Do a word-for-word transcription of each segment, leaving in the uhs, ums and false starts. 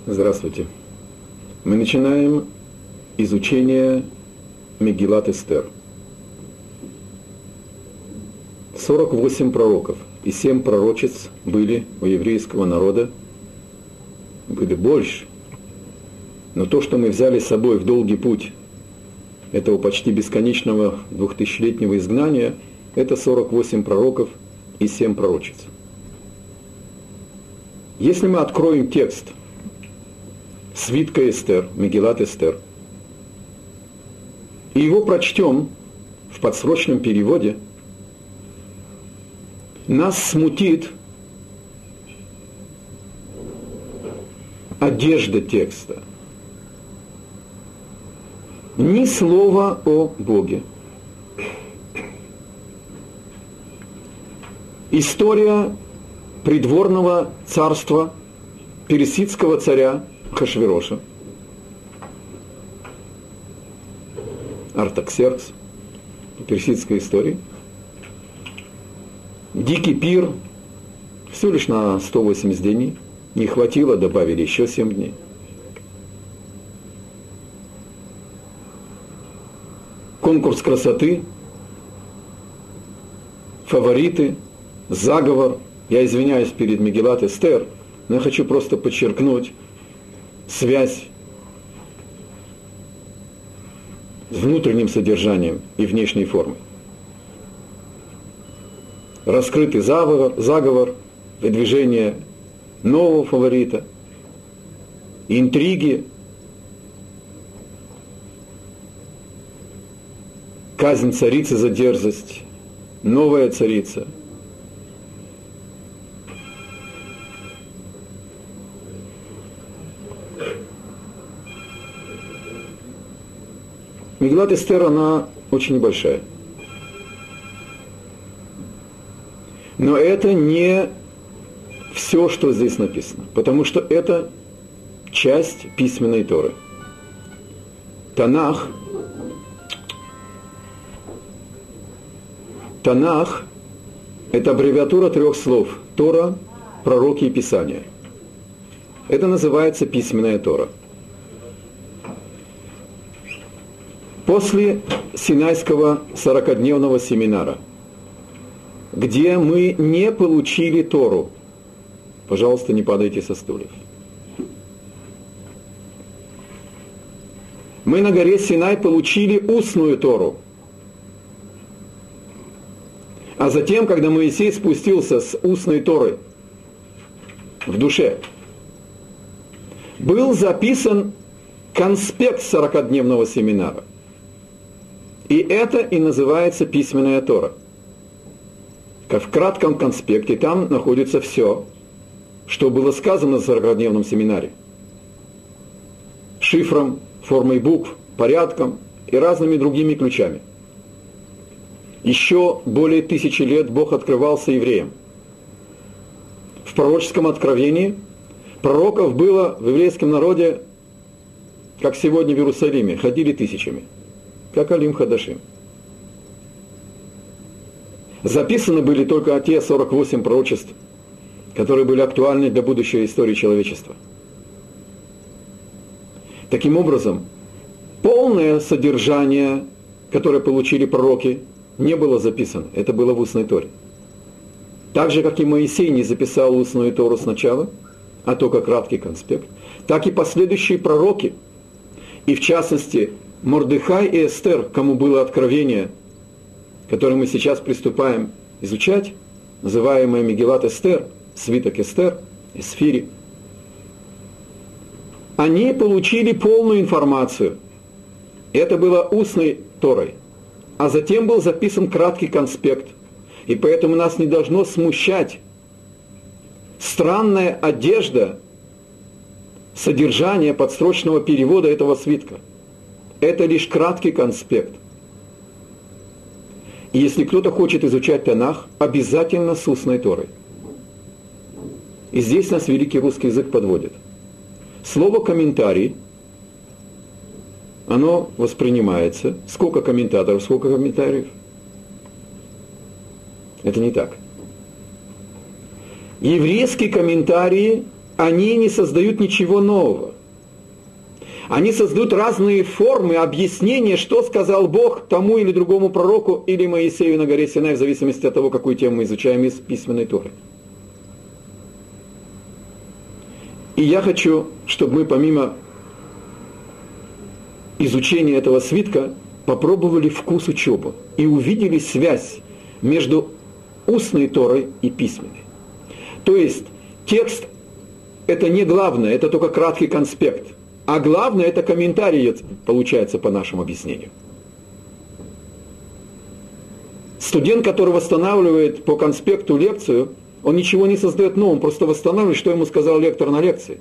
Здравствуйте. Мы начинаем изучение Мегилат Эстер. сорок восемь пророков и семь пророчиц были у еврейского народа, были больше. Но то, что мы взяли с собой в долгий путь этого почти бесконечного двухтысячелетнего изгнания, это сорок восемь пророков и семь пророчиц. Если мы откроем текст свитка Эстер, Мегилат Эстер, и его прочтем в подсрочном переводе, нас смутит одежда текста. Ни слова о Боге. История придворного царства персидского царя Ахашвероша, Артаксеркс, персидской истории. Дикий пир, всего лишь на сто восемьдесят дней, не хватило, добавили еще семь дней. Конкурс красоты, фавориты, заговор. Я извиняюсь перед Мегилат Эстер, но я хочу просто подчеркнуть связь с внутренним содержанием и внешней формой. Раскрытый заговор, заговор, выдвижение нового фаворита, интриги, казнь царицы за дерзость, новая царица. Мегилат Эстер, она очень небольшая. Но это не все, что здесь написано, потому что это часть письменной Торы. Танах, Танах – это аббревиатура трех слов – Тора, пророки и Писания. Это называется письменная Тора. После Синайского сорокадневного семинара, где мы не получили Тору, пожалуйста, не падайте со стульев. Мы на горе Синай получили устную Тору. А затем, когда Моисей спустился с устной Торы в душе, был записан конспект сорокадневного семинара. И это и называется письменная Тора. Как в кратком конспекте там находится все, что было сказано в сорокадневном семинаре. Шифром, формой букв, порядком и разными другими ключами. Еще более тысячи лет Бог открывался евреям. В пророческом откровении пророков было в еврейском народе, как сегодня в Иерусалиме, ходили тысячами, как Алим Хадашим. Записаны были только те сорок восемь пророчеств, которые были актуальны для будущей истории человечества. Таким образом, полное содержание, которое получили пророки, не было записано. Это было в устной Торе. Так же, как и Моисей не записал устную Тору сначала, а только краткий конспект, так и последующие пророки, и в частности Мордехай и Эстер, кому было откровение, которое мы сейчас приступаем изучать, называемое Мегилат Эстер, свиток Эстер, Эсфири, они получили полную информацию. Это было устной Торой. А затем был записан краткий конспект. И поэтому нас не должно смущать странная одежда содержания подсрочного перевода этого свитка. Это лишь краткий конспект. И если кто-то хочет изучать Танах, обязательно с устной Торой. И здесь нас великий русский язык подводит. Слово «комментарий», оно воспринимается. Сколько комментаторов, сколько комментариев? Это не так. Еврейские комментарии они не создают ничего нового. Они создают разные формы объяснения, что сказал Бог тому или другому пророку или Моисею на горе Синай, в зависимости от того, какую тему мы изучаем из письменной Торы. И я хочу, чтобы мы помимо изучения этого свитка попробовали вкус учебы и увидели связь между устной Торой и письменной. То есть текст – это не главное, это только краткий конспект. А главное, это комментарий, получается, по нашему объяснению. Студент, который восстанавливает по конспекту лекцию, он ничего не создает нового, он просто восстанавливает, что ему сказал лектор на лекции.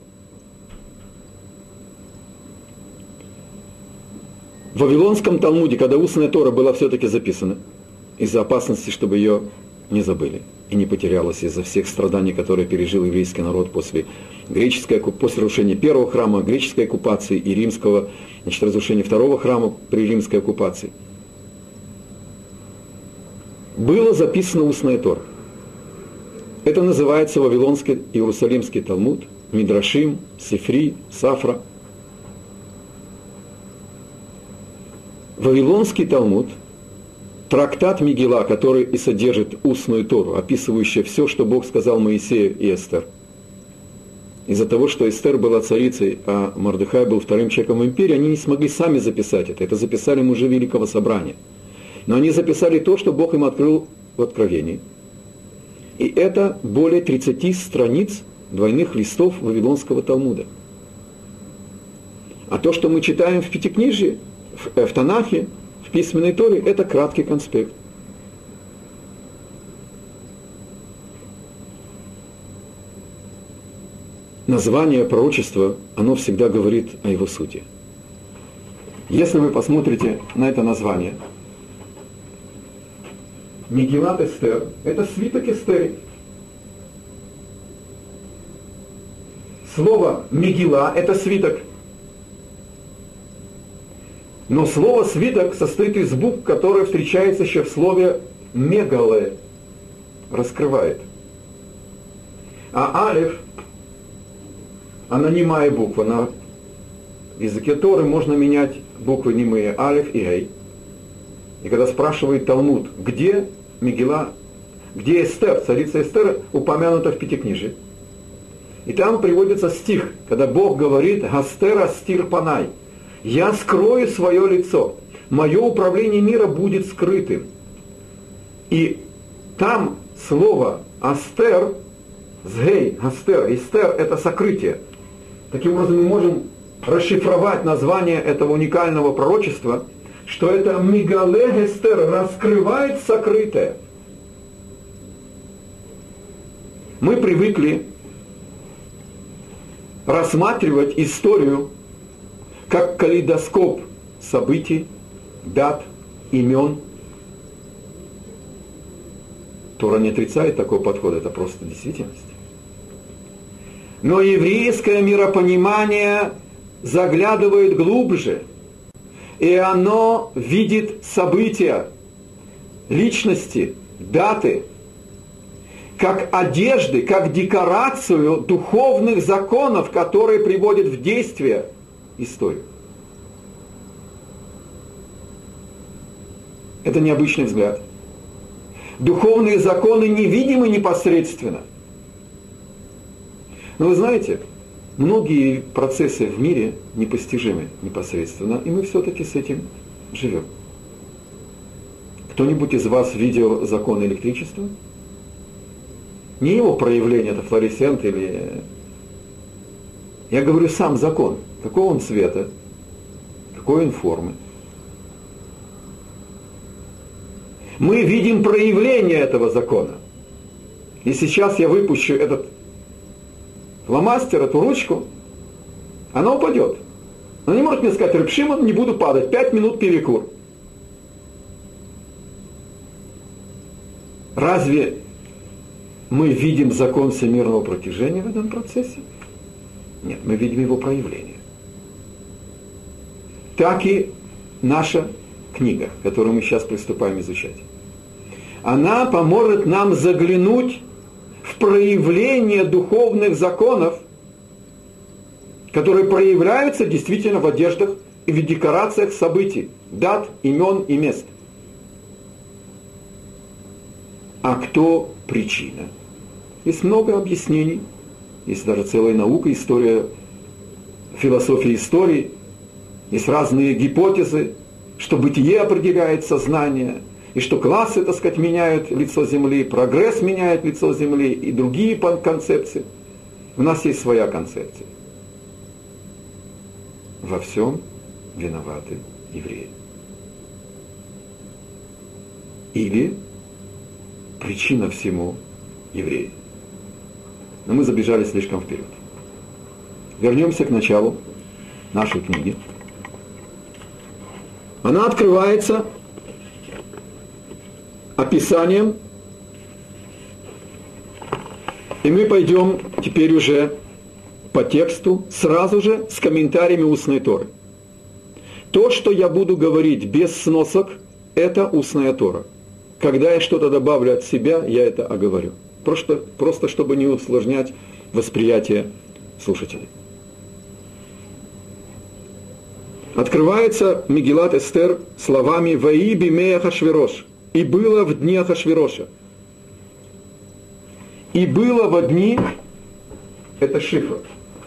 В Вавилонском Талмуде, когда устная Тора была все-таки записана, из-за опасности, чтобы ее не забыли и не потерялась из-за всех страданий, которые пережил еврейский народ после, греческой, после разрушения первого храма, греческой оккупации и римского, значит, разрушения второго храма при римской оккупации. Было записано устная Тора. Это называется Вавилонский Иерусалимский Талмуд, Мидрашим, Сифри, Сафра. Вавилонский Талмуд, трактат Мегилла, который и содержит устную Тору, описывающую все, что Бог сказал Моисею и Эстер. Из-за того, что Эстер была царицей, а Мордехай был вторым человеком в империи, они не смогли сами записать это. Это записали мужи Великого Собрания. Но они записали то, что Бог им открыл в Откровении. И это более тридцати страниц двойных листов Вавилонского Талмуда. А то, что мы читаем в Пятикнижии, в, в Танахе, в письменной Торе, это краткий конспект. Название пророчества, оно всегда говорит о его сути. Если вы посмотрите на это название, Мегилат Эстер – это свиток Эстери. Слово Мегилла – это свиток. Но слово «свиток» состоит из букв, которые встречаются еще в слове «мегале» – раскрывает. А алиф, она немая буква. На языке Торы можно менять буквы немые алиф и эй. И когда спрашивает Талмуд, где Мегилла, где Эстер, царица Эстер, упомянута в Пятикнижии. И там приводится стих, когда Бог говорит «Гастер астир панай». «Я скрою свое лицо, мое управление мира будет скрытым». И там слово «астер», «сгей», «астер», «эстер» – это сокрытие. Таким образом, мы можем расшифровать название этого уникального пророчества, что это «мигале эстер» – раскрывает сокрытое. Мы привыкли рассматривать историю как калейдоскоп событий, дат, имен. Тора не отрицает такой подход, это просто действительность. Но еврейское миропонимание заглядывает глубже, и оно видит события, личности, даты, как одежды, как декорацию духовных законов, которые приводят в действие историю. Это необычный взгляд. Духовные законы невидимы непосредственно. Но вы знаете, многие процессы в мире непостижимы непосредственно, и мы все-таки с этим живем. Кто-нибудь из вас видел закон электричества? Не его проявление, это флуоресцент или... Я говорю сам закон. Какого он цвета, какой он формы. Мы видим проявление этого закона. И сейчас я выпущу этот фломастер, эту ручку, она упадет. Она не может мне сказать: Реб Шимон, не буду падать, пять минут перекур. Разве мы видим закон всемирного протяжения в этом процессе? Нет, мы видим его проявление. Так и наша книга, которую мы сейчас приступаем изучать. Она поможет нам заглянуть в проявление духовных законов которые проявляются действительно в одеждах и в декорациях событий, дат, имен и мест. А кто причина? Есть много объяснений, есть даже целая наука, история, философия истории, есть разные гипотезы, что бытие определяет сознание, и что классы, так сказать, меняют лицо Земли, прогресс меняет лицо Земли, и другие концепции. У нас есть своя концепция. Во всем виноваты евреи. Или причина всему евреи. Но мы забежали слишком вперед. Вернемся к началу нашей книги. Она открывается описанием, и мы пойдем теперь уже по тексту, сразу же с комментариями устной Торы. То, что я буду говорить без сносок, это устная Тора. Когда я что-то добавлю от себя, я это оговорю. Просто, просто чтобы не усложнять восприятие слушателей. Открывается Мегилат Эстер словами «Ваи бимея Ахашвирош» «И было в дни Ахашвироша». «И было во дни» – это шифр.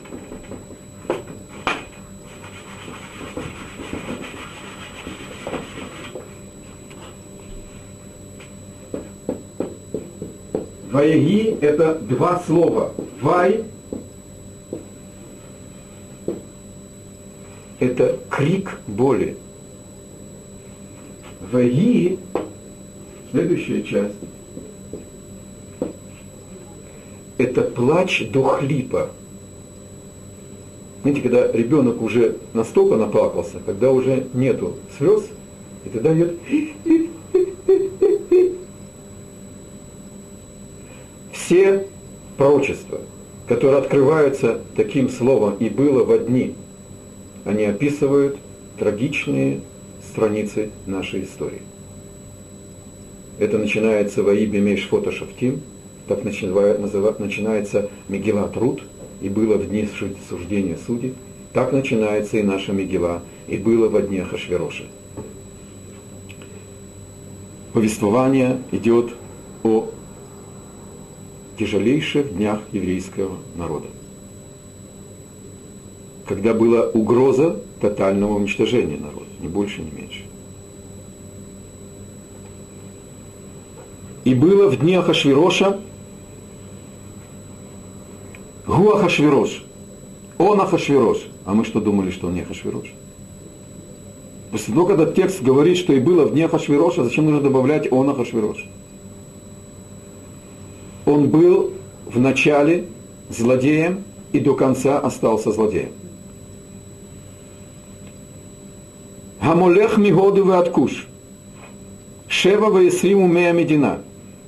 «Ваеги» – это два слова. «Вай» – это крик боли. «Ваеги» – следующая часть – это плач до хлипа. Знаете, когда ребенок уже настолько наплакался, когда уже нету слез, и тогда идет... Все пророчества, которые открываются таким словом «и было во дни», они описывают трагичные страницы нашей истории. Это начинается «Ваи бимей шфота шафтим», так начинается Мегилат Рут, «и было в дни суждения судей», так начинается и наша Мегила «и было во дни Ахашвироша». Повествование идет о тяжелейших днях еврейского народа, когда была угроза тотального уничтожения народа, ни больше, ни меньше. И было в дни Ахашвироша Гу Ахашвирош, он Ахашвирош. А мы что думали, что он не Ахашвирош? После того, когда текст говорит, что и было в дни Ахашвироша, зачем нужно добавлять он Ахашвирош? Он был в начале злодеем и до конца остался злодеем. Гамолех мигоду веаткуш. Шева веесриму мея медина.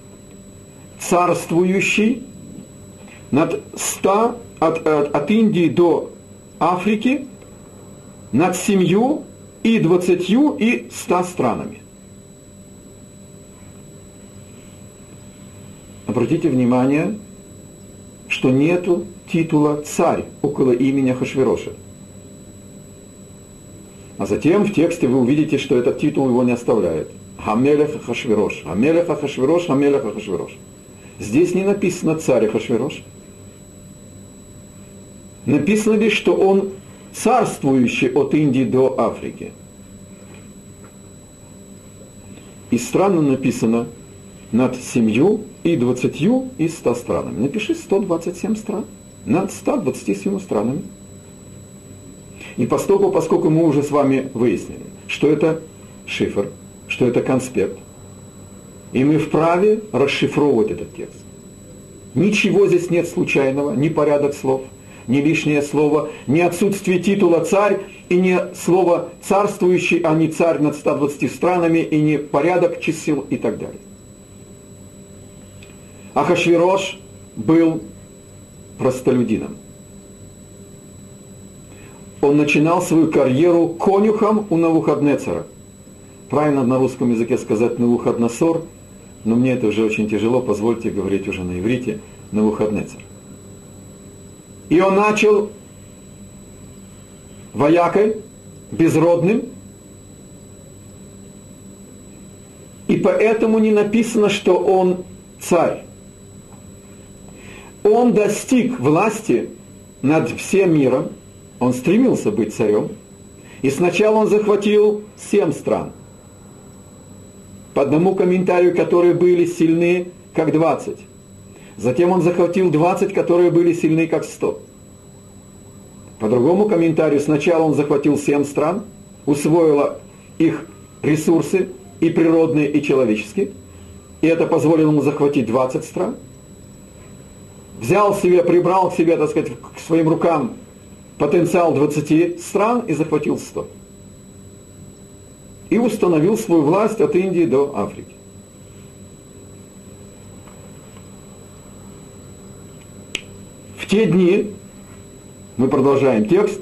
Царствующий над ста, от, от, от Индии до Африки, над семью и двадцатью и ста странами. Обратите внимание, что нету титула «царь» около имени Ахашвироша. А затем в тексте вы увидите, что этот титул его не оставляет. Хамелех Ахашвирош, Хамелех Ахашвирош, Хамелех Ахашвирош. Здесь не написано «царь Ахашвирош». Написано лишь, что он царствующий от Индии до Африки. И странно написано над семью и двадцатью и ста странами. Напиши сто двадцать семь стран. Над ста двадцатью семью странами. И поскольку, поскольку мы уже с вами выяснили, что это шифр, что это конспект, и мы вправе расшифровывать этот текст. Ничего здесь нет случайного, ни порядок слов, ни лишнее слово, ни отсутствие титула «царь», и не слово «царствующий», а не «царь над ста двадцатью странами», и не порядок чисел и так далее. Ахашвирош был простолюдином. Он начинал свою карьеру конюхом у Навуходнецера. Правильно на русском языке сказать Навуходносор, но мне это уже очень тяжело, позвольте говорить уже на иврите Навуходнецер. И он начал воякой, безродным, и поэтому не написано, что он царь. Он достиг власти над всем миром, он стремился быть царем, и сначала он захватил семь стран. По одному комментарию, которые были сильны, как двадцать. Затем он захватил двадцать, которые были сильны, как сто. По другому комментарию, сначала он захватил семь стран, усвоил их ресурсы, и природные, и человеческие, и это позволило ему захватить двадцать стран. Взял себе, прибрал к себе, так сказать, к своим рукам потенциал двадцати стран и захватил сто. И установил свою власть от Индии до Африки. В те дни, мы продолжаем текст,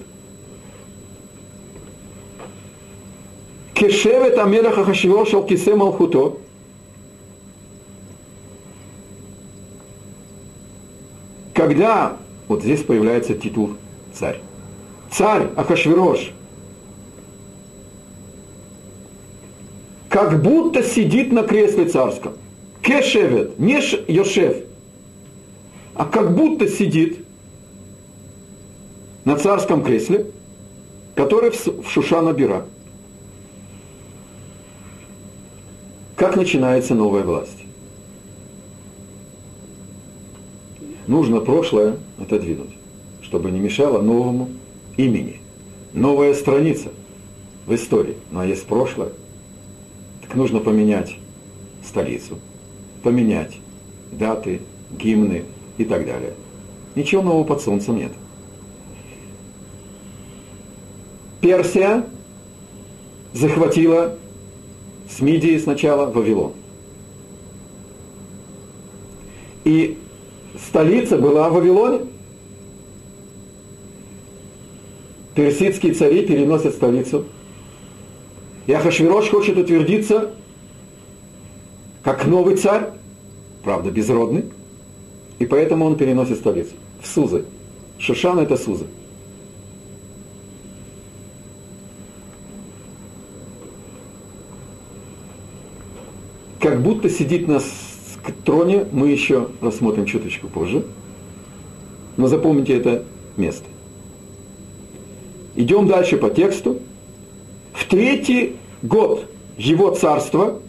Кешевет Амелех Ахашвирош ал кисе малхуто, когда, вот здесь появляется титул царь. Царь Ахашвирош как будто сидит на кресле царском. Кешевет, не Йошев, а как будто сидит на царском кресле, который в Шушан-Абира. Как начинается новая власть? Нужно прошлое отодвинуть, чтобы не мешало новому имени. Новая страница в истории. Ну а есть прошлое, так нужно поменять столицу, поменять даты, гимны и так далее. Ничего нового под солнцем нет. Персия захватила с Мидии сначала Вавилон. И столица была в Вавилоне. Персидские цари переносят столицу. И Ахашвирош хочет утвердиться как новый царь, правда безродный, и поэтому он переносит столицу в Сузы. Шушан — это Сузы. Как будто сидит на троне, мы еще рассмотрим чуточку позже. Но запомните это место. Идем дальше по тексту. В третий год его царства,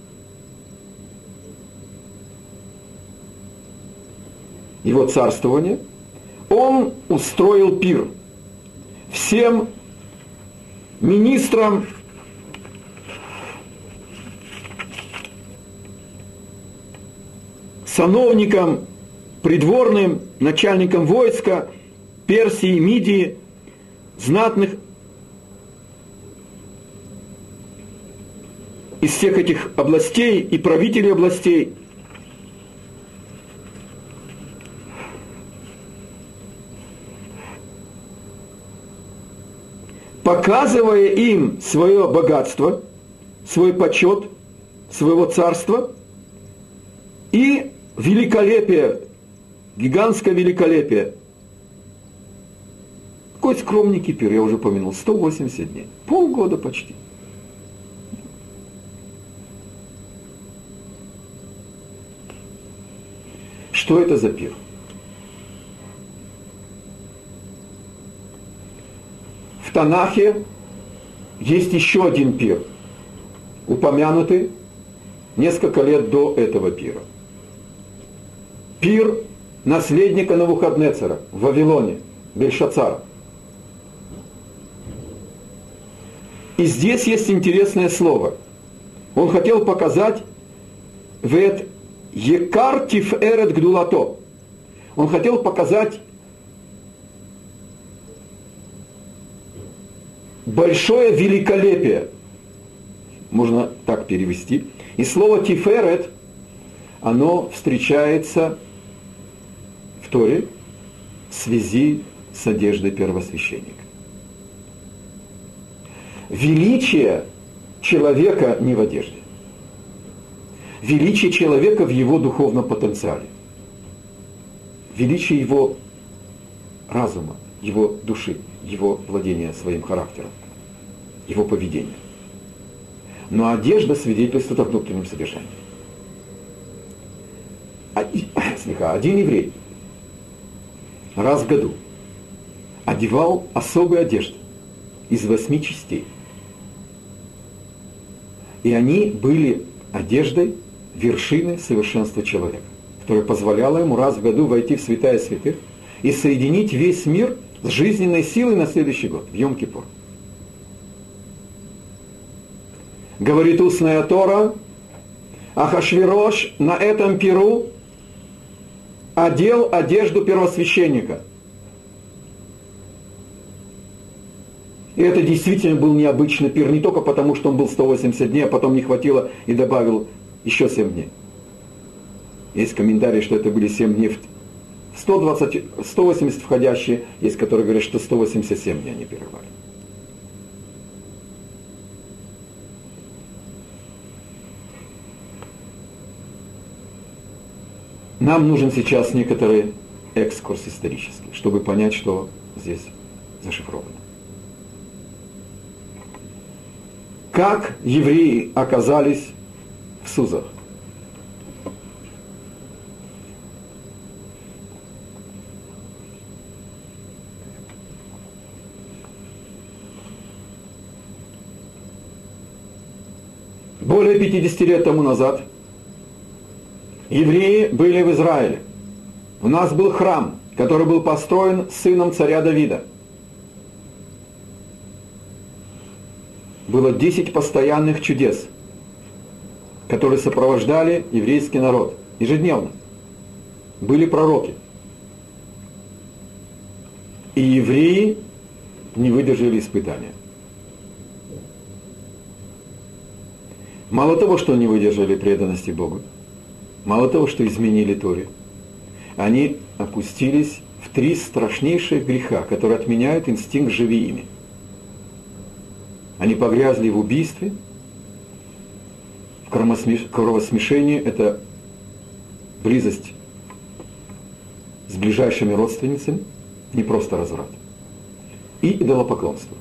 его царствования, он устроил пир всем министрам, сановникам, придворным, начальникам войска Персии, Мидии, знатных из всех этих областей и правителей областей. Показывая им свое богатство, свой почет, своего царства и великолепие, гигантское великолепие. Какой скромненький пир, я уже упомянул, сто восемьдесят дней, полгода почти. Что это за пир? В Танахе есть еще один пир, упомянутый несколько лет до этого пира. Пир наследника Навуходнецера в Вавилоне, Бельшацара. И здесь есть интересное слово. Он хотел показать «вет екар тиферет гдулато». Он хотел показать большое великолепие. Можно так перевести. И слово тиферет, оно встречается в Торе в связи с одеждой первосвященника. Величие человека не в одежде. Величие человека в его духовном потенциале. Величие его разума, его души, его владения своим характером, его поведения. Но одежда свидетельствует о внутреннем содержании. Один еврей раз в году одевал особые одежды из восьми частей. И они были одеждой вершины совершенства человека, которая позволяла ему раз в году войти в святая святых и соединить весь мир с жизненной силой на следующий год, в Йом-Кипур. Говорит устная Тора, Ахашвирош на этом пиру одел одежду первосвященника. И это действительно был необычный пир, не только потому, что он был сто восемьдесят дней, а потом не хватило и добавил еще семь дней. Есть комментарии, что это были семь дней, сто двадцать, сто восемьдесят входящие, есть, которые говорят, что сто восемьдесят семь дней они пировали. Нам нужен сейчас некоторый экскурс исторический, чтобы понять, что здесь зашифровано. Как евреи оказались в Сузах? Более пятидесяти лет тому назад евреи были в Израиле. У нас был храм, который был построен сыном царя Давида. Было десять постоянных чудес, которые сопровождали еврейский народ ежедневно. Были пророки. И евреи не выдержали испытания. Мало того, что они выдержали преданности Богу, мало того, что изменили Торе, они опустились в три страшнейших греха, которые отменяют инстинкт «живи ими». Они погрязли в убийстве, в кровосмешении, это близость с ближайшими родственницами, не просто разврат, и идолопоклонство.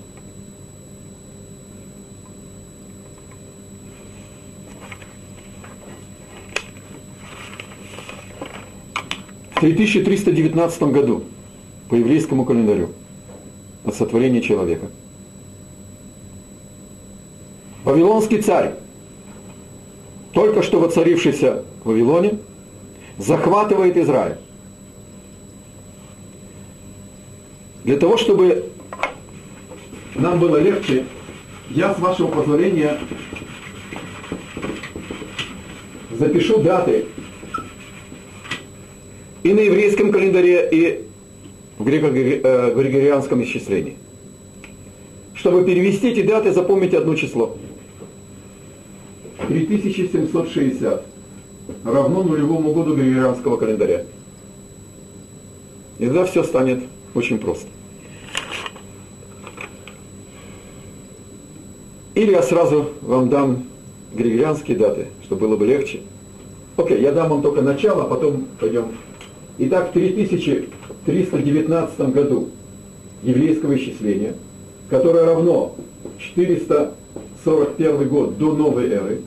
В три тысячи триста девятнадцатом году по еврейскому календарю от сотворения человека Вавилонский царь, только что воцарившийся в Вавилоне, захватывает Израиль. Для того, чтобы нам было легче, я, с вашего позволения, запишу даты и на еврейском календаре, и в греко-григорианском исчислении. Чтобы перевести эти даты, запомните одно число. три тысячи семьсот шестьдесят равно нулевому году григорианского календаря. И тогда все станет очень просто. Или я сразу вам дам григорианские даты, чтобы было бы легче. Окей, я дам вам только начало, а потом пойдем. Итак, в три тысячи триста девятнадцатом году еврейского исчисления, которое равно четыреста сорок первый год до новой эры,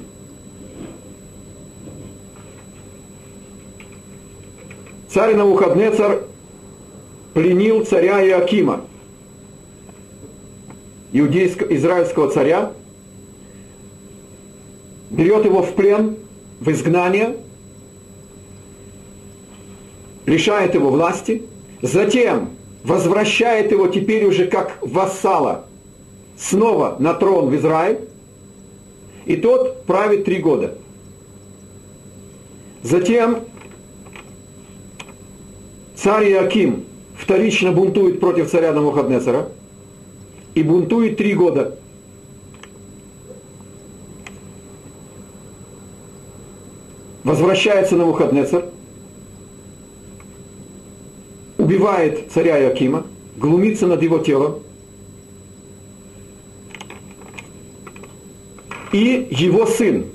царь Навуходнецар пленил царя Иоакима, иудейского, израильского царя, берет его в плен, в изгнание, лишает его власти, затем возвращает его теперь уже как вассала снова на трон в Израиль, и тот правит три года. Затем царь Иоаким вторично бунтует против царя Навуходнецара и бунтует три года. Возвращается Навуходнецар, убивает царя Иоакима, глумится над его телом, и его сын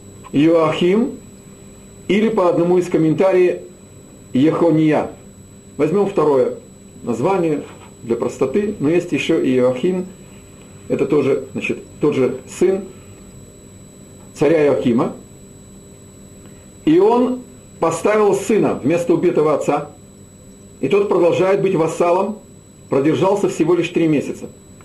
Иоахим, или по одному из комментариев Ехония, Возьмем второе название для простоты, но есть еще и Иоахим, это тоже, значит, тот же сын царя Иоахима, и он поставил сына вместо убитого отца, и тот продолжает быть вассалом, продержался всего лишь три месяца.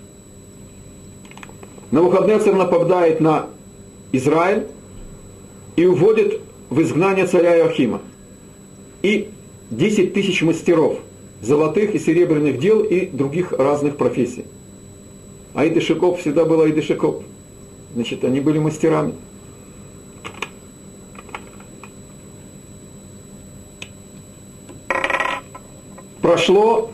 Навуходоносор нападает на Израиль и уводит в изгнание царя Иоахима и десять тысяч мастеров золотых и серебряных дел и других разных профессий. Аид и-Шекоп всегда был Аид и-Шекоп. Значит, они были мастерами. Прошло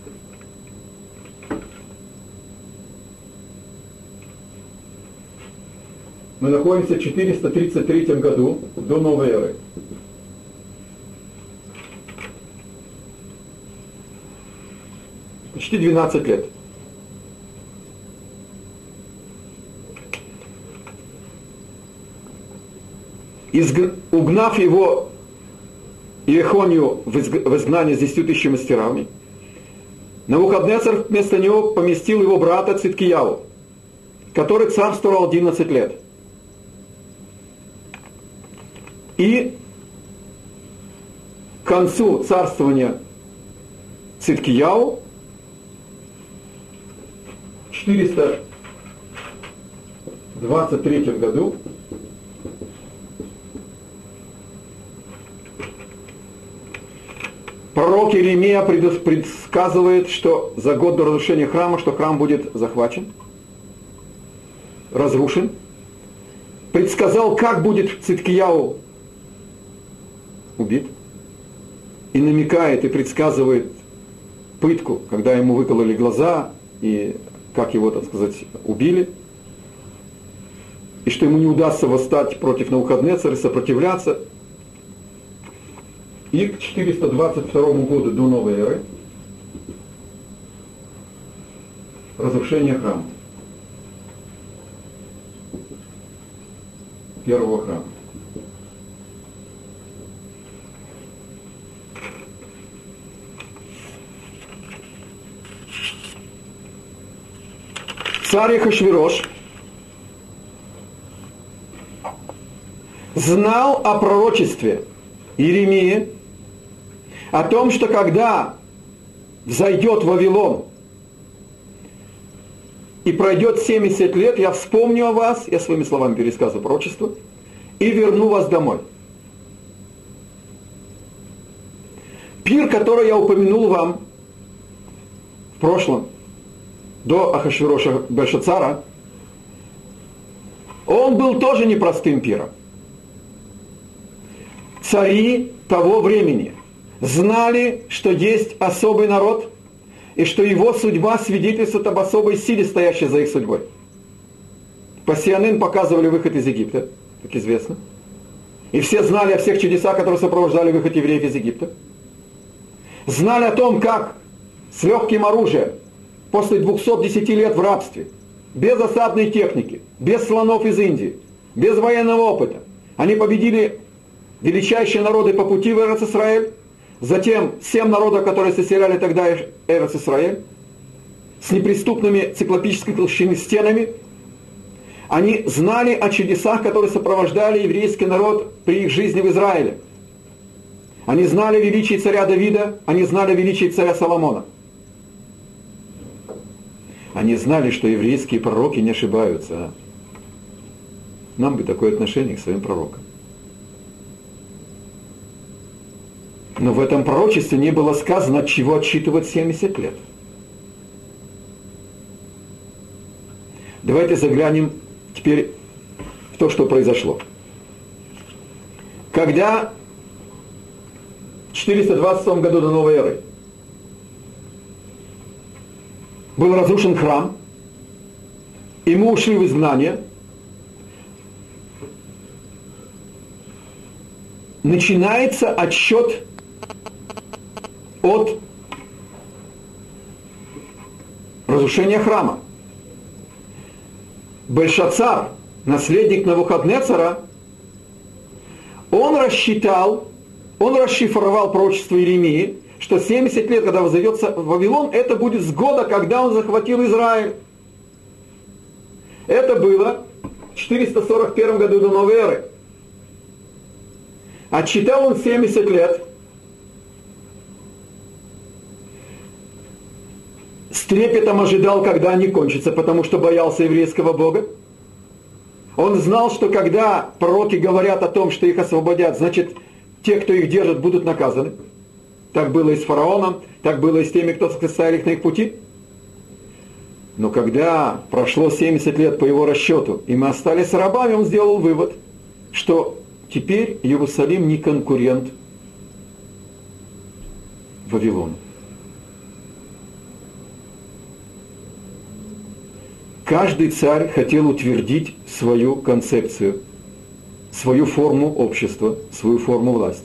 мы находимся в четыреста тридцать третьем году до новой эры. Почти двенадцать лет. Изг... Угнав его Иехонию в, изг... в изгнание с десятью тысячами мастерами, Навуходоносор вместо него поместил его брата Циткияу, который царствовал одиннадцать лет. И к концу царствования Циткияу в четыреста двадцать третьем году пророк Иеремия предсказывает, что за год до разрушения храма, что храм будет захвачен, разрушен. Предсказал, как будет Циткияу убит. И намекает, и предсказывает пытку, когда ему выкололи глаза, и как его, так сказать, убили. И что ему не удастся восстать против Навуходоносора и сопротивляться. И к четыреста двадцать второму году до новой эры разрушение храма. Первого храма. Царь Ахашвирош знал о пророчестве Иеремии, о том, что когда взойдет Вавилон и пройдет семьдесят лет, я вспомню о вас, я своими словами пересказываю пророчество, и верну вас домой. Пир, который я упомянул вам в прошлом, до Ахашвироша Бельшацара, он был тоже непростым пиром. Цари того времени знали, что есть особый народ, и что его судьба свидетельствует об особой силе, стоящей за их судьбой. По Си Эн Эн показывали выход из Египта, как известно. И все знали о всех чудесах, которые сопровождали выход евреев из Египта. Знали о том, как с легким оружием, после двухсот десяти лет в рабстве, без осадной техники, без слонов из Индии, без военного опыта, они победили величайшие народы по пути в Эрец-Исраэль, затем семь народов, которые соселяли тогда Эрец-Исраэль, с неприступными циклопической толщины стенами. Они знали о чудесах, которые сопровождали еврейский народ при их жизни в Израиле. Они знали о величии царя Давида, они знали о величии царя Соломона. Они знали, что еврейские пророки не ошибаются. А? Нам бы такое отношение к своим пророкам. Но в этом пророчестве не было сказано, от чего отсчитывать семьдесят лет. Давайте заглянем теперь в то, что произошло. Когда в четыреста двадцатом году до новой эры был разрушен храм, и мы ушли в изгнание, начинается отсчет от разрушения храма. Бельшацар, наследник Навуходоносора, он рассчитал, он расшифровал пророчество Иеремии, что семьдесят лет, когда возведется Вавилон, это будет с года, когда он захватил Израиль. Это было в четыреста сорок первом году до новой эры. Отсчитал он семьдесят лет. С трепетом ожидал, когда они кончатся, потому что боялся еврейского Бога. Он знал, что когда пророки говорят о том, что их освободят, значит, те, кто их держит, будут наказаны. Так было и с фараоном, так было и с теми, кто стояли их на их пути. Но когда прошло семьдесят лет по его расчету, и мы остались рабами, он сделал вывод, что теперь Иерусалим не конкурент Вавилону. Каждый царь хотел утвердить свою концепцию, свою форму общества, свою форму власти.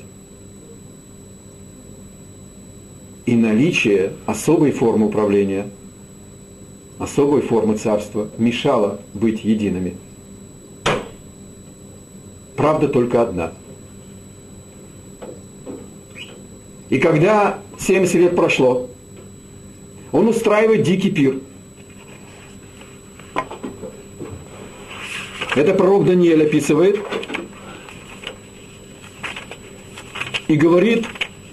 И наличие особой формы управления, особой формы царства мешало быть едиными. Правда только одна. И когда семьдесят лет прошло, он устраивает дикий пир. Это пророк Даниил описывает и говорит: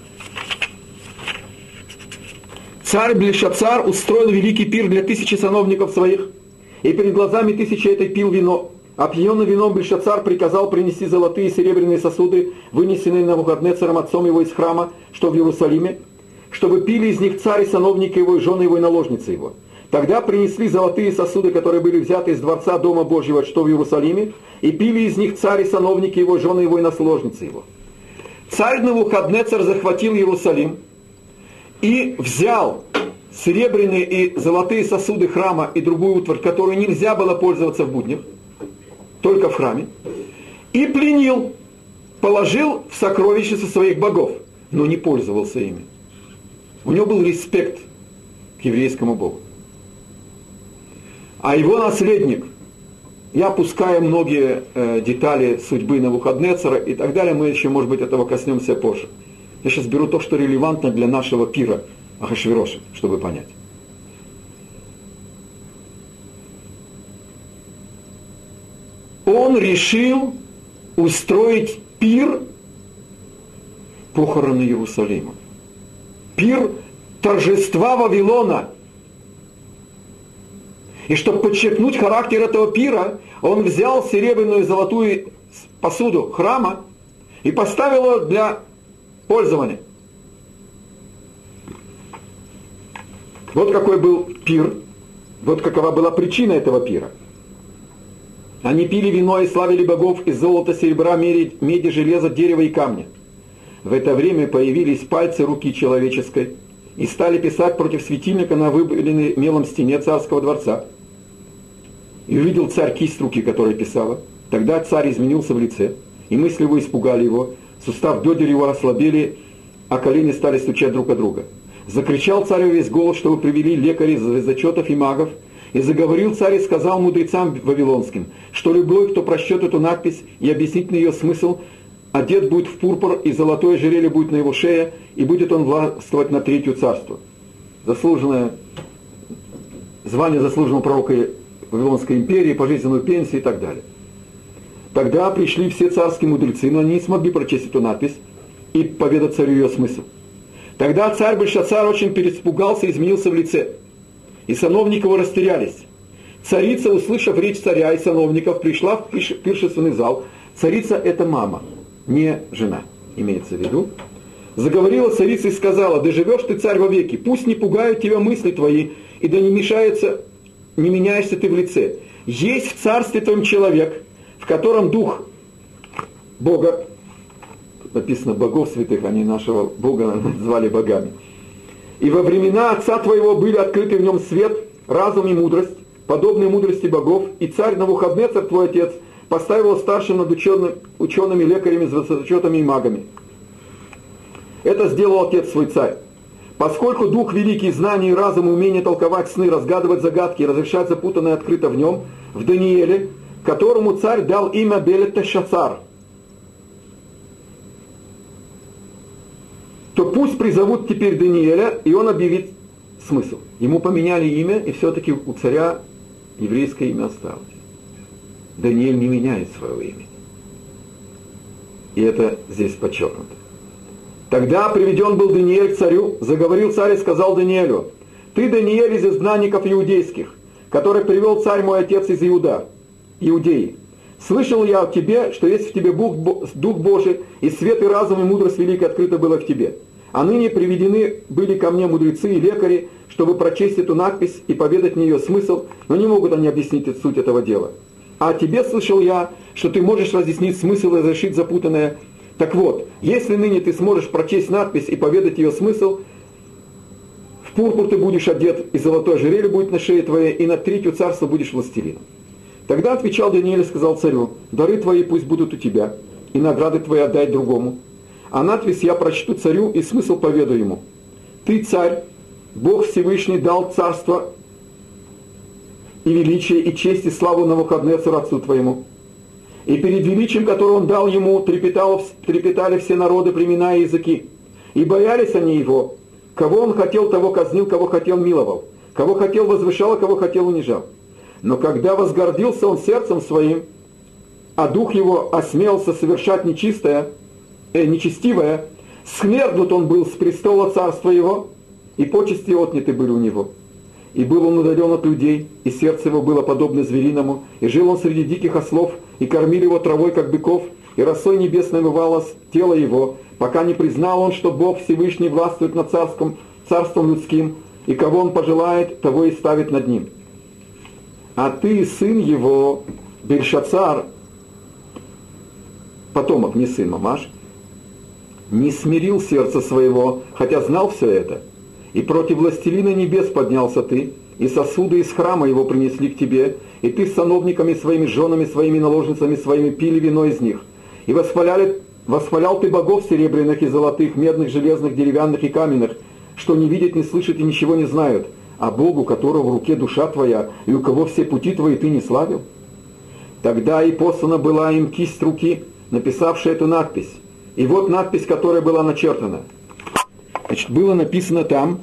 царь Белшацар устроил великий пир для тысячи сановников своих, и перед глазами тысячи этой пил вино. Опьяненный вином Белшацар приказал принести золотые и серебряные сосуды, вынесенные Навуходоносором отцом его из храма, что в Иерусалиме, чтобы пили из них царь и сановники его, и жены его, и наложницы его. Тогда принесли золотые сосуды, которые были взяты из дворца Дома Божьего, что в Иерусалиме, и пили из них царь и сановники его, жены его и наложницы его. Царь Навуходоносор захватил Иерусалим и взял серебряные и золотые сосуды храма и другую утварь, которую нельзя было пользоваться в буднях, только в храме, и пленил, положил в сокровищницы своих богов, но не пользовался ими. У него был респект к еврейскому Богу. А его наследник, я опускаю многие э, детали судьбы Навуходоносора и так далее, мы еще, может быть, этого коснемся позже. Я сейчас беру то, что релевантно для нашего пира Ахашвироша, чтобы понять. Он решил устроить пир похороны Иерусалима. Пир торжества Вавилона. И чтобы подчеркнуть характер этого пира, он взял серебряную и золотую посуду храма и поставил ее для пользования. Вот какой был пир, вот какова была причина этого пира. Они пили вино и славили богов из золота, серебра, меди, железа, дерева и камня. В это время появились пальцы руки человеческой и стали писать против светильника на выбеленной мелом стене царского дворца. И увидел царь кисть руки, которая писала. Тогда царь изменился в лице, и мысли его испугали его, сустав бедер его ослабели, а колени стали стучать друг от друга. Закричал царь во весь голос, чтобы привели лекарей, зачетов и магов, и заговорил царь и сказал мудрецам вавилонским, что любой, кто прочтет эту надпись и объяснит на ее смысл, одет будет в пурпур, и золотое ожерелье будет на его шее, и будет он властвовать на третью царство. Заслуженное звание заслуженного пророка Вавилонской империи, пожизненную пенсию и так далее. Тогда пришли все царские мудрецы, но они не смогли прочесть эту надпись и поведать царю ее смысл. Тогда царь Белшацар очень переспугался и изменился в лице, и сановники его растерялись. Царица, услышав речь царя и сановников, пришла в пиршественный зал. Царица – это мама, не жена, имеется в виду. Заговорила царица и сказала: «Да живешь ты, царь, вовеки, пусть не пугают тебя мысли твои, и да не мешается, не меняешься ты в лице. Есть в царстве твоем человек, в котором дух Бога», написано богов святых, они нашего Бога назвали богами, «и во времена отца твоего были открыты в нем свет, разум и мудрость, подобные мудрости богов, и царь Навуходоносор, твой отец, поставил его старшим над учеными, учеными лекарями, звездочетами и магами. Это сделал отец свой царь. Поскольку дух великий, знание и разум, умение толковать сны, разгадывать загадки и разрешать запутанное открыто в нем, в Данииле, которому царь дал имя Белтешацар, то пусть пусть призовут теперь Даниэля, и он объявит смысл. Ему поменяли имя, и все-таки у царя еврейское имя осталось. Даниэль не меняет своего имени. И это здесь подчеркнуто. Тогда приведен был Даниэль к царю, заговорил царь и сказал Даниэлю: «Ты, Даниэль, из изгнанников иудейских, который привел царь мой отец из Иуда, Иудеи. Слышал я о тебе, что есть в тебе Дух Божий, и свет, и разум, и мудрость великая открыто было в тебе. А ныне приведены были ко мне мудрецы и лекари, чтобы прочесть эту надпись и поведать мне ее смысл, но не могут они объяснить суть этого дела. А о тебе слышал я, что ты можешь разъяснить смысл и разрешить запутанное. Так вот, если ныне ты сможешь прочесть надпись и поведать ее смысл, в пурпур ты будешь одет, и золотое ожерелье будет на шее твоей, и над третью царства будешь властелином». Тогда отвечал Даниэль и сказал царю: «Дары твои пусть будут у тебя, и награды твои отдай другому. А надпись я прочту царю, и смысл поведу ему. Ты, царь, Бог Всевышний, дал царство и величие, и честь, и славу Навуходоносору отцу твоему. И перед величием, которое он дал ему, трепетало, трепетали все народы, племена и языки. И боялись они его. Кого он хотел, того казнил, кого хотел, миловал. Кого хотел, возвышал, а кого хотел, унижал. Но когда возгордился он сердцем своим, а дух его осмелился совершать нечистое, э, нечестивое, смерднут он был с престола царства его, и почести отняты были у него. И был он удален от людей, и сердце его было подобно звериному, и жил он среди диких ослов, и кормили его травой, как быков, и росой небесной мывалось тело его, пока не признал он, что Бог Всевышний властвует над царском, царством людским, и кого он пожелает, того и ставит над ним. А ты, сын его, Бельшацар, потомок, не сын, мамаш, не смирил сердце своего, хотя знал все это, и против властелина небес поднялся ты, и сосуды из храма его принесли к тебе, и ты с сановниками своими, женами своими, наложницами своими пили вино из них, и восхваляли, восхвалял ты богов серебряных и золотых, медных, железных, деревянных и каменных, что не видят, не слышат и ничего не знают, а Богу, которого в руке душа твоя, и у кого все пути твои ты не славил? Тогда и послана была им кисть руки, написавшая эту надпись. И вот надпись, которая была начертана. Значит, было написано там: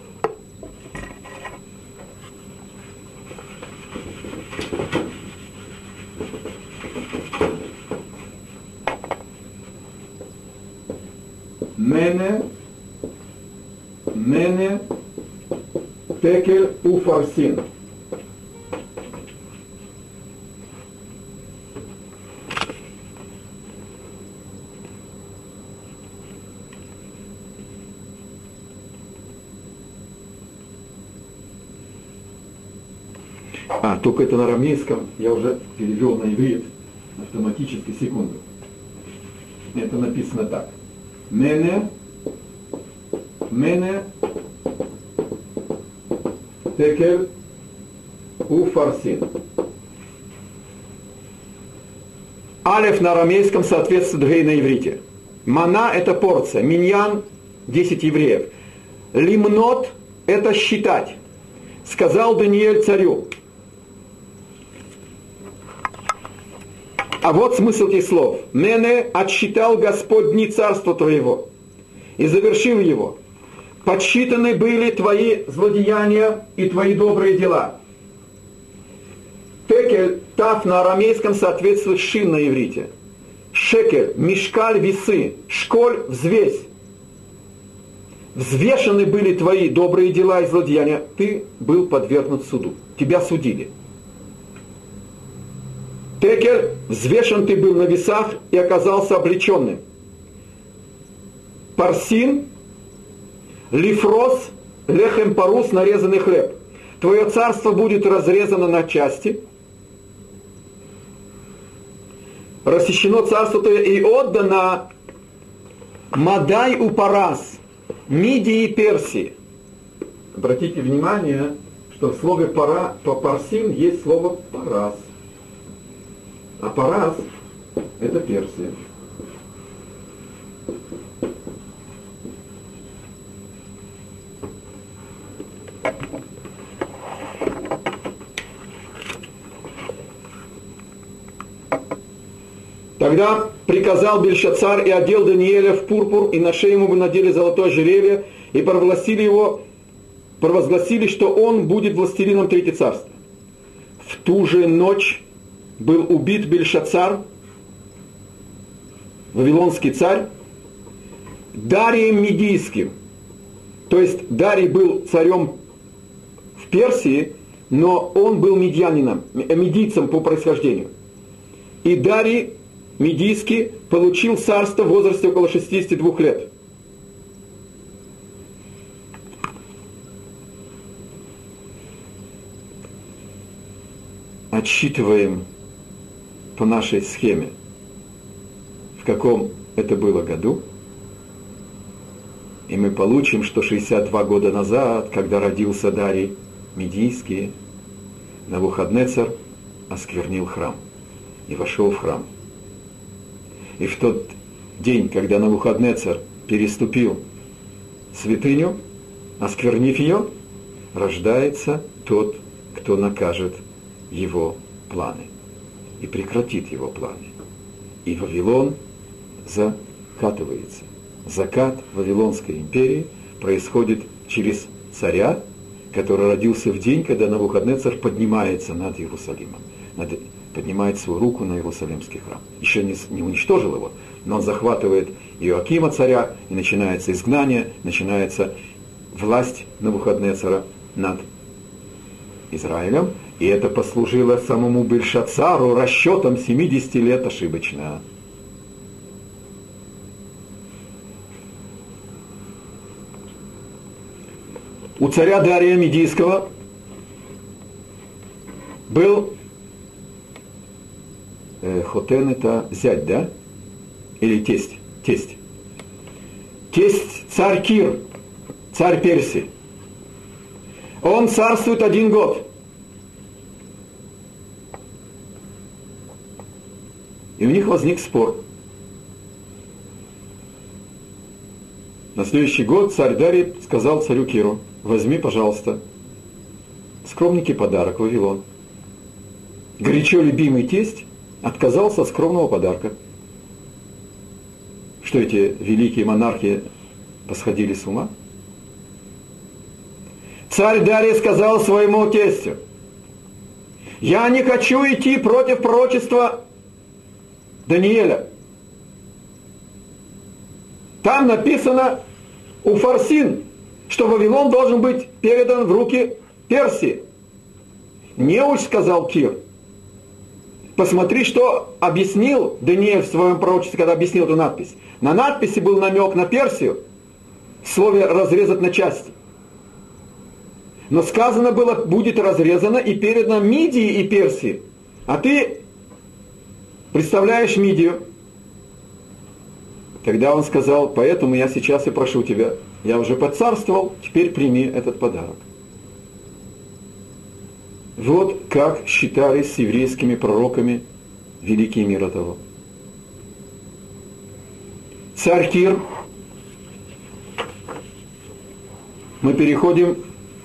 Мене, Мене, Текель Уфарсин. А, только это на арамейском, я уже перевел на иврит автоматически, секунду. Это написано так. Мене, Мене, Текель Уфарсин. Алеф на арамейском соответствует гей на иврите. Мана – это порция, миньян – десять евреев. Лимнот – это считать. Сказал Даниэль царю. А вот смысл этих слов. «Мене отсчитал Господь дни царства твоего и завершил его. Подсчитаны были твои злодеяния и твои добрые дела». Текель, тав на арамейском соответствует шин на иврите. Шекель, мишкаль, весы, школь, взвесь. Взвешены были твои добрые дела и злодеяния. Ты был подвергнут суду. Тебя судили. Текель, взвешен ты был на весах и оказался облеченным. Парсин, лифрос, лехем парус, нарезанный хлеб. Твое царство будет разрезано на части. Рассечено царство твое и отдано Мадай у Парас, Мидии и Персии. Обратите внимание, что в слове пара, по парсин есть слово парас. А Парас – это Персия. Тогда приказал Бельшацар и одел Даниэля в пурпур, и на шею ему надели золотое ожерелье, и провозгласили его, провозгласили, что он будет властелином Третьего царства. В ту же ночь был убит Бельшацар, вавилонский царь, Дарием Медийским. То есть Дарий был царем в Персии, но он был медьянином, медийцем по происхождению. И Дарий Медийский получил царство в возрасте около шестидесяти двух лет. Отсчитываем по нашей схеме, в каком это было году, и мы получим, что шестьдесят два года назад, когда родился Дарий Медийский, Навуходнецар осквернил храм и вошел в храм. И в тот день, когда Навуходнецар переступил святыню, осквернив ее, рождается тот, кто накажет его планы и прекратит его планы. И Вавилон закатывается. Закат Вавилонской империи происходит через царя, который родился в день, когда Навуходнецар поднимается над Иерусалимом, над, поднимает свою руку на Иерусалимский храм. Еще не, не уничтожил его, но он захватывает Иоакима царя, и начинается изгнание, начинается власть Навуходнецара над Израилем, и это послужило самому Бельшацару расчетом семидесяти лет ошибочно. У царя Дария Медийского был э, Хотен, это зять, да? Или тесть? Тесть. Тесть царь Кир, царь Персии. Он царствует один год. И у них возник спор. На следующий год царь Дарий сказал царю Киру: возьми, пожалуйста, скромненький подарок, Вавилон. Горячо любимый тесть отказался от скромного подарка. Что эти великие монархи посходили с ума? Царь Дарий сказал своему тестю: я не хочу идти против пророчества Даниэля. Там написано у Фарсин, что Вавилон должен быть передан в руки Персии. Неуч, сказал Кир. Посмотри, что объяснил Даниэль в своем пророчестве, когда объяснил эту надпись. На надписи был намек на Персию, в слове «разрезать на части». Но сказано было, будет разрезано и передано Мидии и Персии. А ты представляешь Мидию. Тогда он сказал: поэтому я сейчас и прошу тебя, я уже поцарствовал, теперь прими этот подарок. Вот как считались с еврейскими пророками великие мира того. Царь Кир. Мы переходим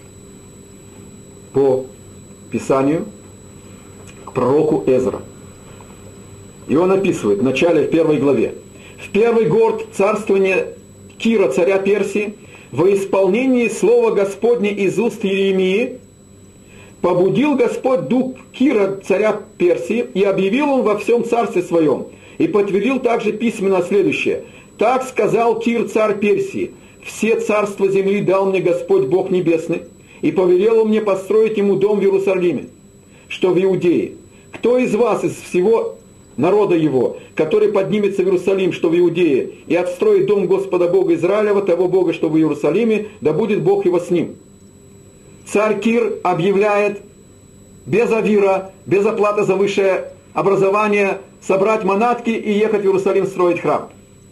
по Писанию к пророку Эзра. И он описывает в начале, в первой главе: в первый год царствования Кира, царя Персии, во исполнении слова Господня из уст Иеремии, побудил Господь дух Кира, царя Персии, и объявил он во всем царстве своем, и подтвердил также письменно следующее: так сказал Кир, царь Персии: все царства земли дал мне Господь Бог Небесный, и повелел он мне построить ему дом в Иерусалиме, что в Иудее. Кто из вас, из всего народа его, который поднимется в Иерусалим, что в Иудее, и отстроит дом Господа Бога Израилева, того Бога, что в Иерусалиме, да будет Бог его с ним. Царь Кир объявляет без авира, без оплаты за высшее образование, собрать манатки и ехать в Иерусалим строить храм.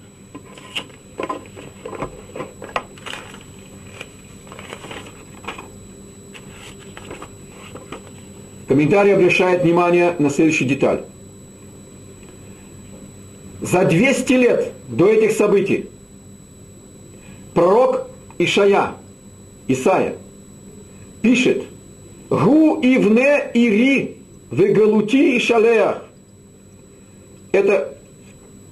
Комментарий обращает внимание на следующую деталь. За двести лет до этих событий пророк Ишая, Исаия, пишет: «Гу ивне ири вегалути и шалеях». Это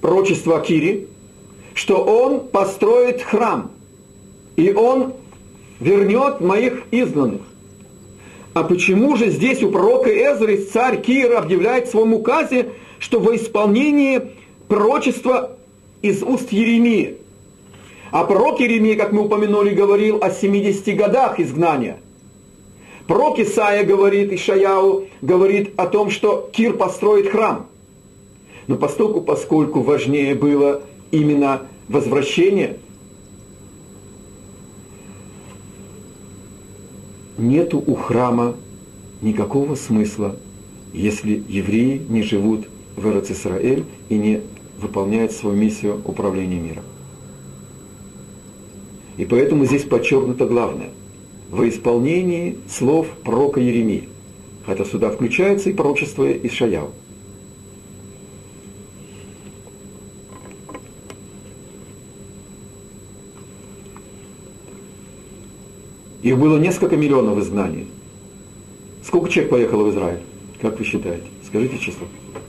пророчество о Кире, что он построит храм, и он вернет моих изгнанных. А почему же здесь у пророка Эзры царь Кир объявляет в своем указе, что во исполнении пророчества из уст Иеремии? А пророк Иеремия, как мы упомянули, говорил о семидесяти годах изгнания. Пророк Исаия говорит, Ишаяу говорит о том, что Кир построит храм. Но поскольку, поскольку важнее было именно возвращение, нету у храма никакого смысла, если евреи не живут в Эрец-Исраэль и не выполняют свою миссию управления миром. И поэтому здесь подчеркнуто главное – во исполнении слов пророка Иеремии. Хотя сюда включается и пророчество Ишаяу. Их было несколько миллионов в изгнании. Сколько человек поехало в Израиль? Как вы считаете? Скажите число.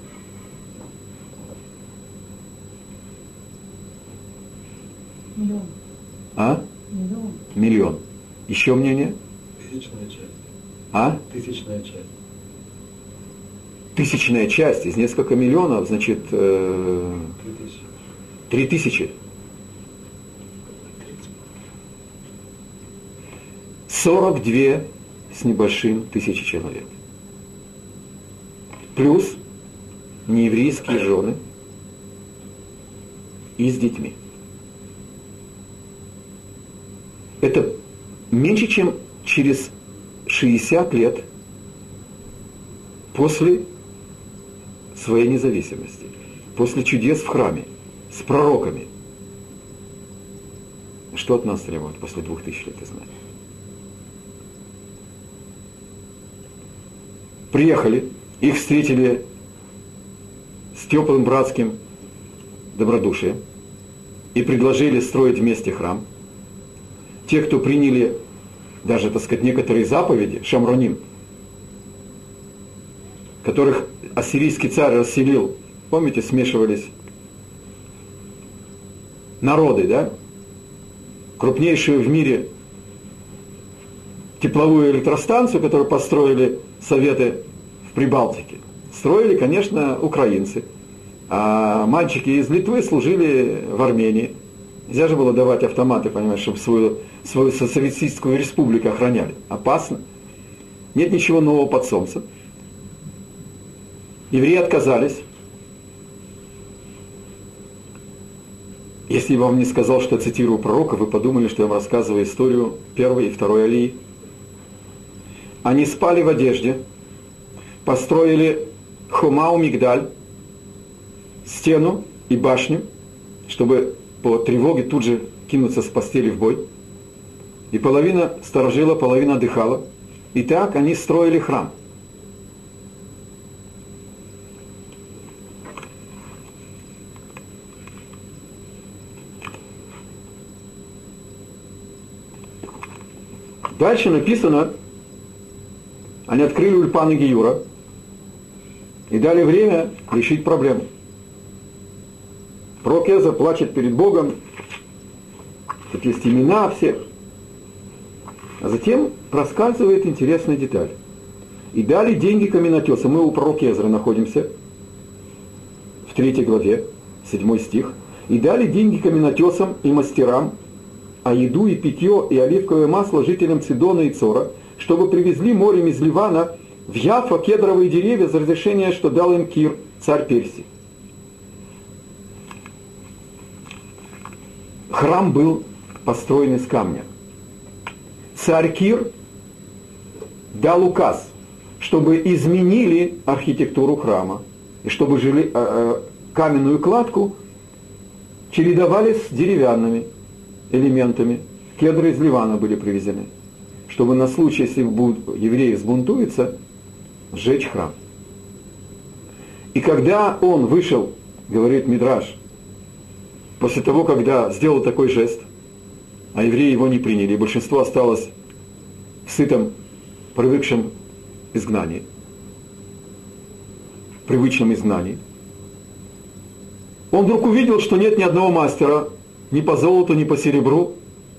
Миллион. А? Миллион. Миллион. Еще мнение? Тысячная часть. А? Тысячная часть. Тысячная часть из нескольких миллионов, значит, э, Три тысячи. три тысячи. Сорок две с небольшим тысячи человек. Плюс нееврейские жены и с детьми. Это меньше, чем через шестьдесят лет после своей независимости, после чудес в храме, с пророками. Что от нас требуют после двух тысяч лет изгнания? Приехали, их встретили с теплым братским добродушием и предложили строить вместе храм. Те, кто приняли даже, так сказать, некоторые заповеди, шамроним, которых ассирийский царь расселил, помните, смешивались народы, да? Крупнейшую в мире тепловую электростанцию, которую построили Советы в Прибалтике, строили, конечно, украинцы, а мальчики из Литвы служили в Армении. Нельзя же было давать автоматы, понимаешь, чтобы свою, свою социалистическую республику охраняли. Опасно. Нет ничего нового под солнцем. Евреи отказались. Если я вам не сказал, что я цитирую пророка, вы подумали, что я вам рассказываю историю первой и второй Алии. Они спали в одежде, построили Хомау Мигдаль, стену и башню, чтобы по тревоге тут же кинуться с постели в бой. И половина сторожила, половина отдыхала. И так они строили храм. Дальше написано, они открыли ульпаны Гиюра и дали время решить проблему. Пророк Эзра плачет перед Богом, тут есть имена всех. А затем проскальзывает интересная деталь. И дали деньги каменотесам. Мы у пророка Эзры находимся, в третьей главе, седьмой стих. И дали деньги каменотесам и мастерам, а еду и питье и оливковое масло жителям Цидона и Цора, чтобы привезли морем из Ливана в Яфа кедровые деревья за разрешение, что дал им Кир, царь Персии. Храм был построен из камня. Царь Кир дал указ, чтобы изменили архитектуру храма, и чтобы жили, э, э, каменную кладку чередовали с деревянными элементами. Кедры из Ливана были привезены, чтобы на случай, если евреи взбунтуются, сжечь храм. И когда он вышел, говорит Мидраш, после того, когда сделал такой жест, а евреи его не приняли, и большинство осталось в сытом, привыкшем изгнании, привычном изгнании, Он вдруг увидел, что нет ни одного мастера, ни по золоту, ни по серебру,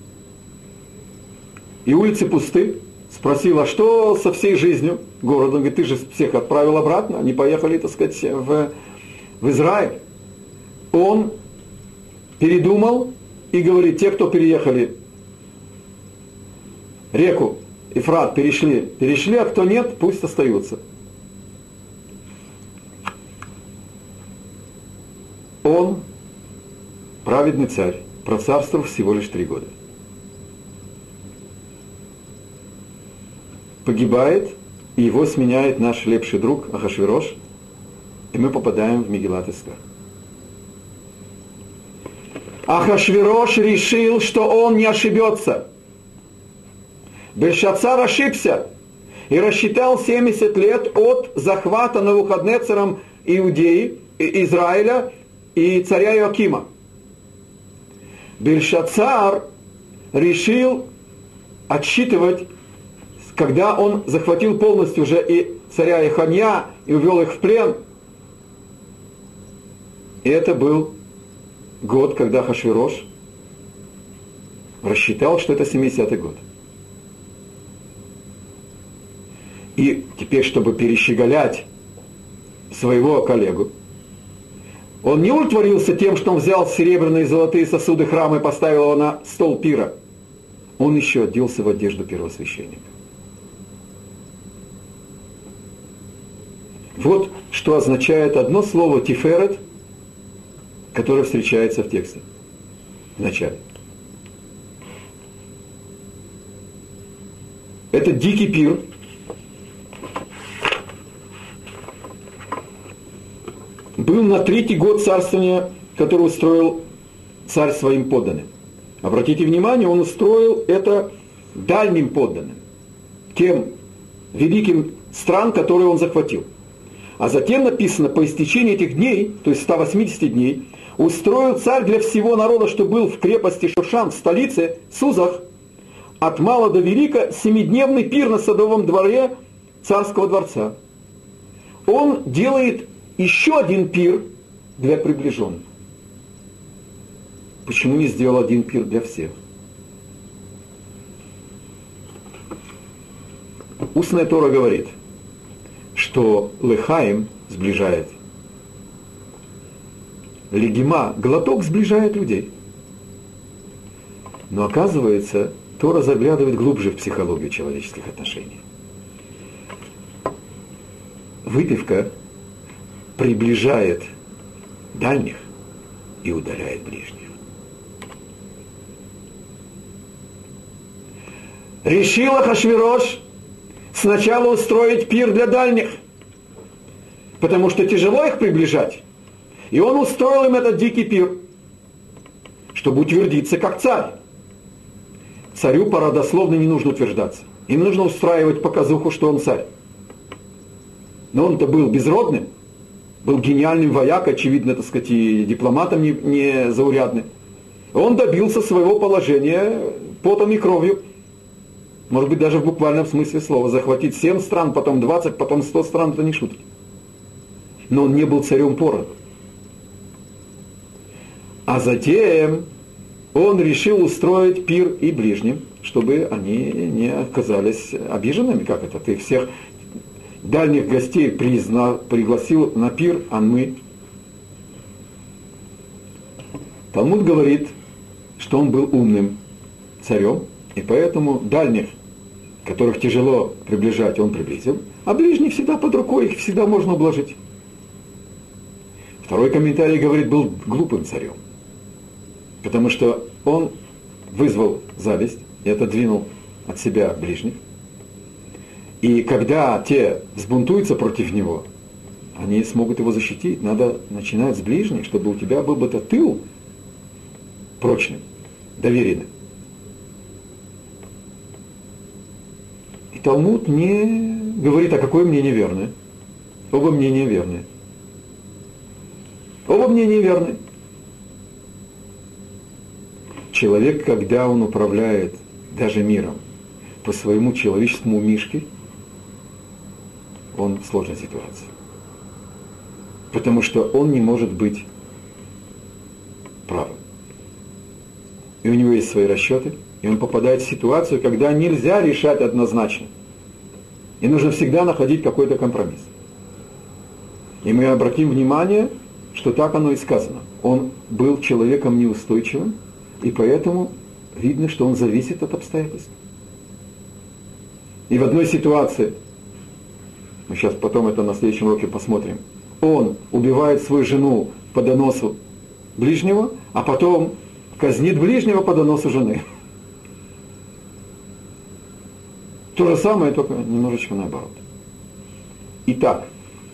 и улицы пусты. Спросил, а что со всей жизнью города? Он говорит, ты же всех отправил обратно, они поехали, так сказать, в, в Израиль. Он передумал и говорит, те, кто переехали реку Ефрат, перешли, перешли, а кто нет, пусть остаются. Он, праведный царь, процарствовал всего лишь три года. Погибает, и его сменяет наш лепший друг Ахашвирош, и мы попадаем в Мегилат Эстер. Ахашвирош решил, что он не ошибется. Бельшацар ошибся и рассчитал семьдесят лет от захвата Навуходнецаром Иудеи, Израиля и царя Иоакима. Бельшацар решил отсчитывать, когда он захватил полностью уже и царя Иханья и увел их в плен. И это был год, когда Ахашвирош рассчитал, что это семидесятый год. И теперь, чтобы перещеголять своего коллегу, он не удовлетворился тем, что он взял серебряные и золотые сосуды храма и поставил его на стол пира. Он еще оделся в одежду первосвященника. Вот что означает одно слово «тиферет», которое встречается в тексте в начале. Это дикий пир, был на третий год царствования, который устроил царь своим подданным. Обратите внимание, он устроил это дальним подданным, тем великим стран, которые он захватил. А затем написано, по истечении этих дней, то есть ста восьмидесяти дней, устроил царь для всего народа, что был в крепости Шушан, в столице, Сузах, от мала до велика, семидневный пир на садовом дворе царского дворца. Он делает еще один пир для приближенных. Почему не сделал один пир для всех? Устная Тора говорит, что лехаим сближает, легима, глоток сближает людей. Но оказывается, Тора заглядывает глубже в психологию человеческих отношений. Выпивка приближает дальних и удаляет ближних. Решил Ахашвирош сначала устроить пир для дальних, потому что тяжело их приближать. И он устроил им этот дикий пир, чтобы утвердиться как царь. Царю породословно не нужно утверждаться. Им нужно устраивать показуху, что он царь. Но он-то был безродным, был гениальным воякой, очевидно, так сказать, и дипломатом не, не заурядным. Он добился своего положения потом и кровью. Может быть, даже в буквальном смысле слова. Захватить семь стран, потом двадцать, потом сто стран, это не шутки. Но он не был царем породу. А затем он решил устроить пир и ближним, чтобы они не оказались обиженными. Как это? Ты всех дальних гостей призна, пригласил на пир, а мы... Талмуд говорит, что он был умным царем, и поэтому дальних, которых тяжело приближать, он приблизил, а ближних всегда под рукой, их всегда можно ублажить. Второй комментарий говорит, был глупым царем, потому что он вызвал зависть и отодвинул от себя ближних. И когда те взбунтуются против него, они смогут его защитить. Надо начинать с ближних, чтобы у тебя был бы этот тыл прочный, доверенный. И Талмуд не говорит, а какое мнение верное. Оба мнения верные. Оба мнения верны. Человек, когда он управляет даже миром по своему человеческому мишке, он в сложной ситуации. Потому что он не может быть есть свои расчеты, и он попадает в ситуацию, когда нельзя решать однозначно. И нужно всегда находить какой-то компромисс. И мы обратим внимание, что так оно и сказано. Он был человеком неустойчивым, и поэтому видно, что он зависит от обстоятельств. И в одной ситуации, мы сейчас потом это на следующем уроке посмотрим, он убивает свою жену по доносу ближнего, а потом казнит ближнего по доносу жены. То же самое, только немножечко наоборот. Итак,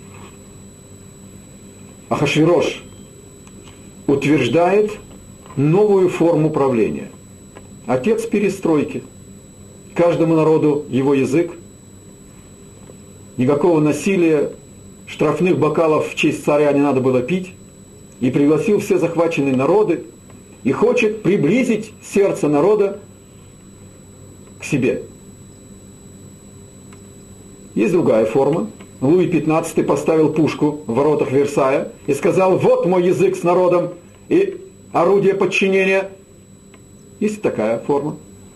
Ахашвирош утверждает новую форму правления. Отец перестройки. Каждому народу его язык. Никакого насилия, штрафных бокалов в честь царя не надо было пить. И пригласил все захваченные народы. И хочет приблизить сердце народа к себе. Есть другая форма. Луи пятнадцатый поставил пушку в воротах Версаля и сказал: вот мой язык с народом и орудие подчинения. Есть такая форма.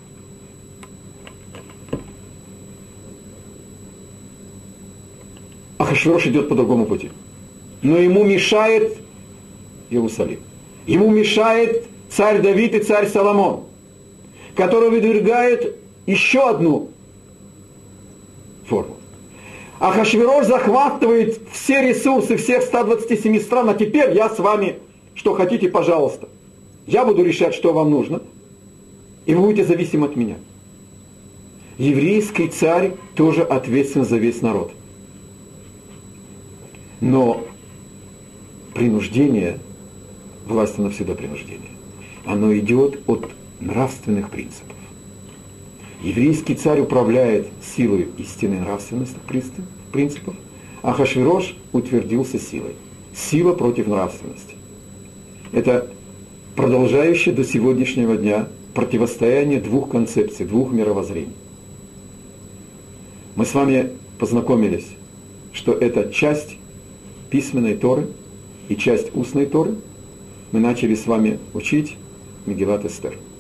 Ахашвирош идет по другому пути. Но ему мешает Иерусалим. Ему мешает царь Давид и царь Соломон, который выдвигает еще одну форму. Ахашвирош захватывает все ресурсы всех ста двадцати семи стран, а теперь я с вами, что хотите, пожалуйста. Я буду решать, что вам нужно, и вы будете зависимы от меня. Еврейский царь тоже ответственен за весь народ. Но принуждение, власть она всегда принуждение, оно идет от нравственных принципов. Еврейский царь управляет силой истинной нравственности принципов, а Ахашвирош утвердился силой. Сила против нравственности. Это продолжающее до сегодняшнего дня противостояние двух концепций, двух мировоззрений. Мы с вами познакомились, что это часть письменной Торы и часть устной Торы. Мы начали с вами учить Мегилат Эстер.